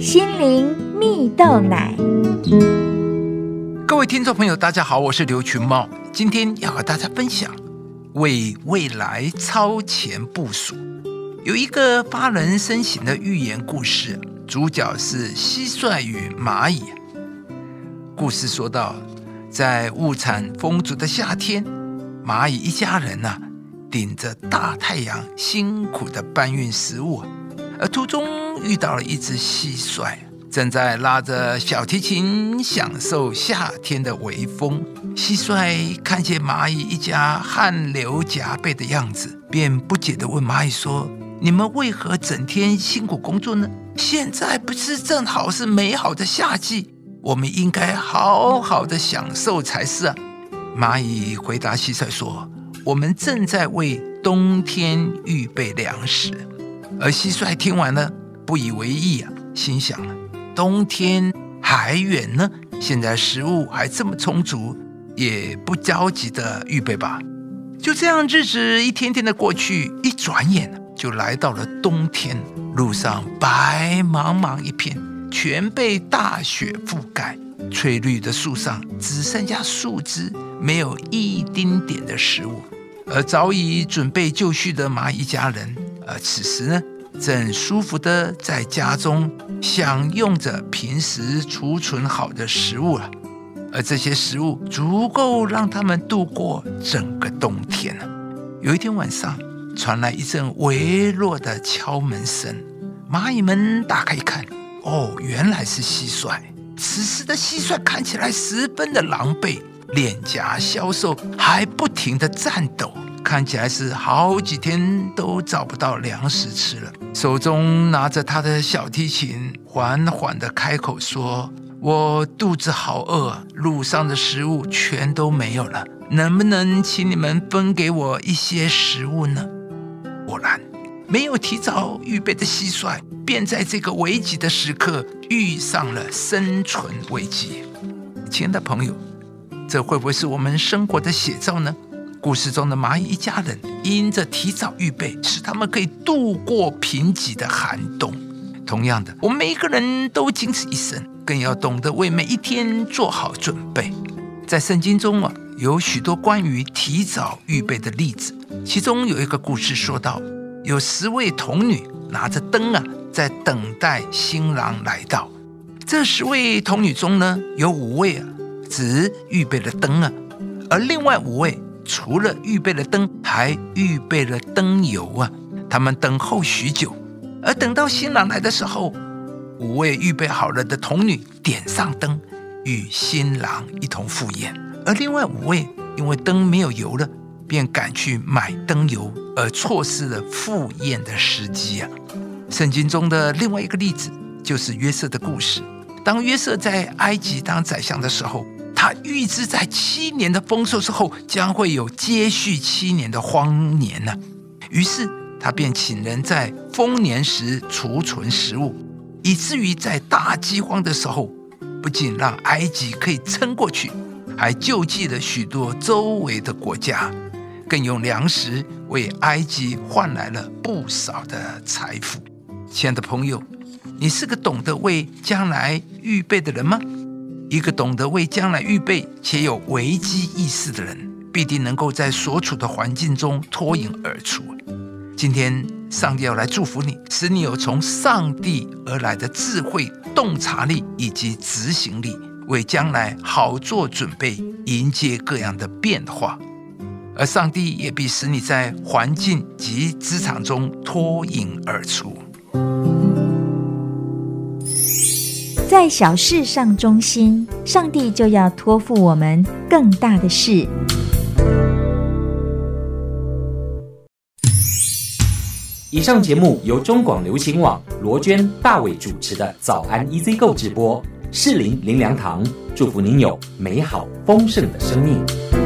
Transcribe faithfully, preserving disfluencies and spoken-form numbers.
心灵蜜豆奶。 各位听众朋友大家好，我是刘群茂，今天要和大家分享为未来超前部署。有一个发人深省的寓言故事，主角是蟋蟀与蚂蚁。故事说到，在物产丰足的夏天，蚂蚁一家人啊，顶着大太阳辛苦地搬运食物，而途中遇到了一只蟋蟀，正在拉着小提琴享受夏天的微风。蟋蟀看见蚂蚁一家汗流浃背的样子，便不解地问蚂蚁说：你们为何整天辛苦工作呢？现在不是正好是美好的夏季，我们应该好好的享受才是啊。蚂蚁回答蟋蟀说：我们正在为冬天预备粮食。而蟋蟀听完了不以为意啊，心想：冬天还远呢，现在食物还这么充足，也不着急的预备吧。就这样，日子一天天的过去，一转眼就来到了冬天。路上白茫茫一片，全被大雪覆盖，翠绿的树上只剩下树枝，没有一丁点的食物。而早已准备就绪的蚂蚁家人，而此时呢，正舒服的在家中享用着平时储存好的食物了。而这些食物足够让他们度过整个冬天了。有一天晚上，传来一阵微弱的敲门声，蚂蚁们打开一看，哦，原来是蟋蟀。此时的蟋蟀看起来十分的狼狈，脸颊消瘦，还不停地颤抖，看起来是好几天都找不到粮食吃了。手中拿着他的小提琴，缓缓地开口说：我肚子好饿，路上的食物全都没有了，能不能请你们分给我一些食物呢？果然，没有提早预备的蟋蟀便在这个危急的时刻遇上了生存危机。亲爱的朋友，这会不会是我们生活的写照呢？故事中的蚂蚁一家人因着提早预备，使他们可以度过贫瘠的寒冬。同样的，我们每一个人都仅此一生，更要懂得为每一天做好准备。在圣经中啊，有许多关于提早预备的例子，其中有一个故事说到，有十位童女拿着灯啊，在等待新郎来到。这十位童女中呢，有五位啊只预备了灯啊，而另外五位除了预备了灯，还预备了灯油啊。他们等候许久，而等到新郎来的时候，五位预备好了的童女点上灯，与新郎一同赴宴。而另外五位因为灯没有油了，便赶去买灯油，而错失了赴宴的时机啊。圣经中的另外一个例子就是约瑟的故事。当约瑟在埃及当宰相的时候，他预知在七年的丰收之后，将会有接续七年的荒年呢、啊。于是他便请人在丰年时储存食物，以至于在大饥荒的时候，不仅让埃及可以撑过去，还救济了许多周围的国家，更用粮食为埃及换来了不少的财富。亲爱的朋友，你是个懂得为将来预备的人吗？一个懂得为将来预备且有危机意识的人，必定能够在所处的环境中脱颖而出。今天上帝要来祝福你，使你有从上帝而来的智慧、洞察力以及执行力，为将来好做准备，迎接各样的变化。而上帝也必使你在环境及职场中脱颖而出。 在小事上忠心，上帝就要托付我们更大的事。 以上节目由中广流行网罗娟、大伟主持的早安 E Z Go 直播，士林林良堂祝福您有美好丰盛的生命。